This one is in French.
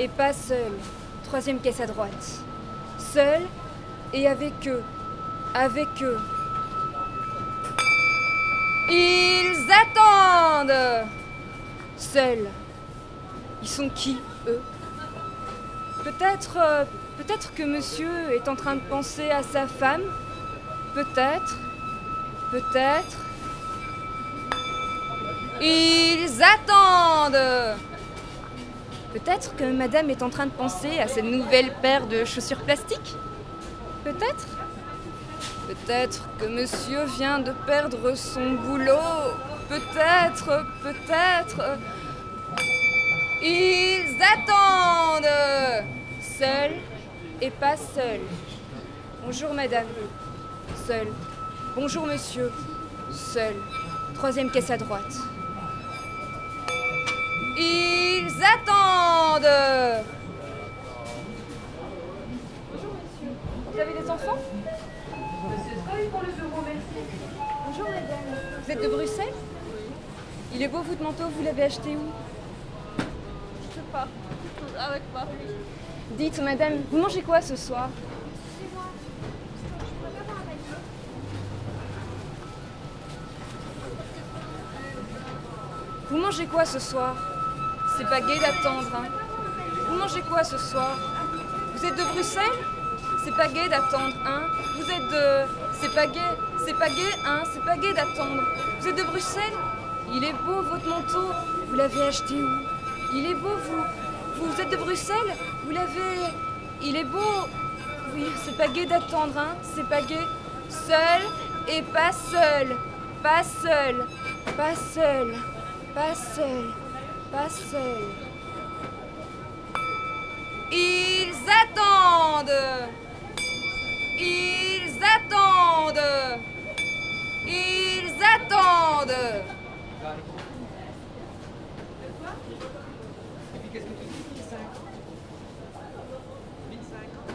et pas seul. Troisième caisse à droite. Seul et avec eux. Avec eux. Ils attendent. Seuls. Ils sont qui, eux? Peut-être que monsieur est en train de penser à sa femme. Peut-être. Ils attendent. Peut-être que madame est en train de penser à cette nouvelle paire de chaussures plastiques. Peut-être que monsieur vient de perdre son boulot. Peut-être. Ils attendent. Seuls et pas seuls. Bonjour madame. Seul. Bonjour monsieur. Seul. Troisième caisse à droite. Ils attendent. Bonjour monsieur. Vous avez des enfants? Monsieur Scoy pour le bureau, merci. Bonjour madame. Vous êtes de Bruxelles? Il est beau votre manteau, vous l'avez acheté où? Je sais pas. Avec Paris. Dites madame, vous mangez quoi ce soir? Chez moi. Je pourrais pas avoir un panier. Vous mangez quoi ce soir? C'est pas gai d'attendre, hein. Vous mangez quoi ce soir? Vous êtes de Bruxelles? C'est pas gai d'attendre, hein. Vous êtes de... C'est pas gai, hein. C'est pas gai d'attendre. Vous êtes de Bruxelles? Il est beau votre manteau. Vous l'avez acheté où? Il est beau, vous êtes de Bruxelles? Vous l'avez... Il est beau. Oui, c'est pas gai d'attendre, hein. C'est pas gai. Seul et pas seul. Pas seul. Pas seul. Pas seul. Pas seul. Ils attendent. Ils attendent. Ils attendent. Et puis qu'est-ce que tu dis, 1005? 1005.